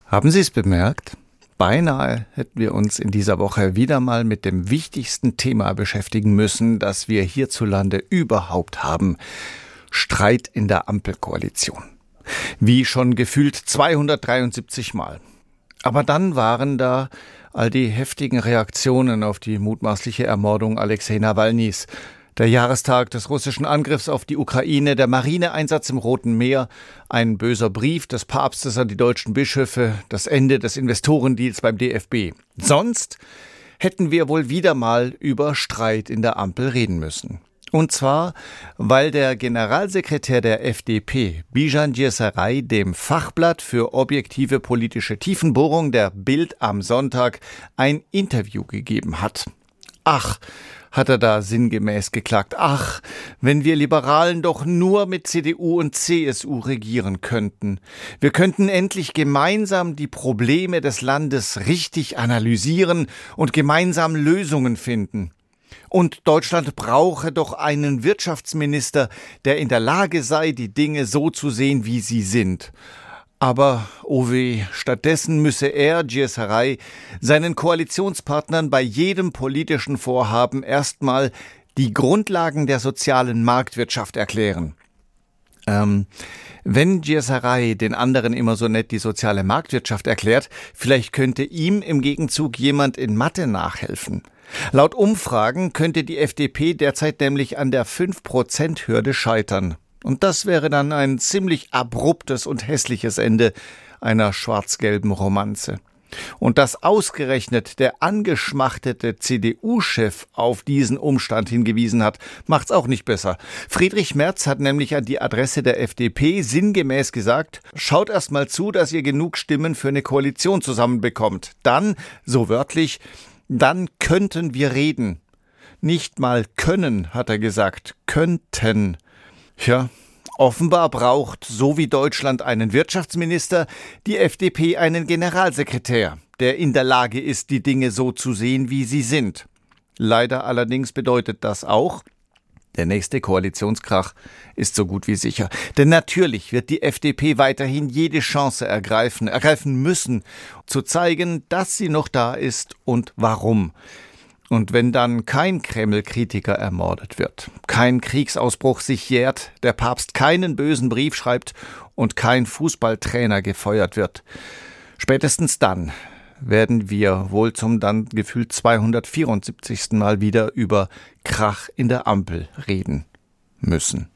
Haben Sie es bemerkt? Beinahe hätten wir uns in dieser Woche wieder mal mit dem wichtigsten Thema beschäftigen müssen, das wir hierzulande überhaupt haben. Streit in der Ampelkoalition. Wie schon gefühlt 273 Mal. Aber dann waren da all die heftigen Reaktionen auf die mutmaßliche Ermordung Alexei Nawalnys. Der Jahrestag des russischen Angriffs auf die Ukraine, der Marineeinsatz im Roten Meer, ein böser Brief des Papstes an die deutschen Bischöfe, das Ende des Investorendeals beim DFB. Sonst hätten wir wohl wieder mal über Streit in der Ampel reden müssen. Und zwar, weil der Generalsekretär der FDP, Bijan Girsaray, dem Fachblatt für objektive politische Tiefenbohrung der Bild am Sonntag ein Interview gegeben hat. Ach, hat er da sinngemäß geklagt. Ach, wenn wir Liberalen doch nur mit CDU und CSU regieren könnten. Wir könnten endlich gemeinsam die Probleme des Landes richtig analysieren und gemeinsam Lösungen finden. Und Deutschland brauche doch einen Wirtschaftsminister, der in der Lage sei, die Dinge so zu sehen, wie sie sind. Aber, oh weh, stattdessen müsse er, Girsaray, seinen Koalitionspartnern bei jedem politischen Vorhaben erstmal die Grundlagen der sozialen Marktwirtschaft erklären. Wenn Girsaray den anderen immer so nett die soziale Marktwirtschaft erklärt, vielleicht könnte ihm im Gegenzug jemand in Mathe nachhelfen. Laut Umfragen könnte die FDP derzeit nämlich an der 5%-Hürde scheitern. Und das wäre dann ein ziemlich abruptes und hässliches Ende einer schwarz-gelben Romanze. Und dass ausgerechnet der angeschmachtete CDU-Chef auf diesen Umstand hingewiesen hat, macht's auch nicht besser. Friedrich Merz hat nämlich an die Adresse der FDP sinngemäß gesagt, schaut erst mal zu, dass ihr genug Stimmen für eine Koalition zusammenbekommt. Dann, so wörtlich, dann könnten wir reden. Nicht mal können, hat er gesagt, könnten. Ja, offenbar braucht, so wie Deutschland einen Wirtschaftsminister, die FDP einen Generalsekretär, der in der Lage ist, die Dinge so zu sehen, wie sie sind. Leider allerdings bedeutet das auch, der nächste Koalitionskrach ist so gut wie sicher. Denn natürlich wird die FDP weiterhin jede Chance ergreifen müssen, zu zeigen, dass sie noch da ist und warum. Und wenn dann kein Kreml-Kritiker ermordet wird, kein Kriegsausbruch sich jährt, der Papst keinen bösen Brief schreibt und kein Fußballtrainer gefeuert wird, spätestens dann werden wir wohl zum dann gefühlt 274. Mal wieder über Krach in der Ampel reden müssen.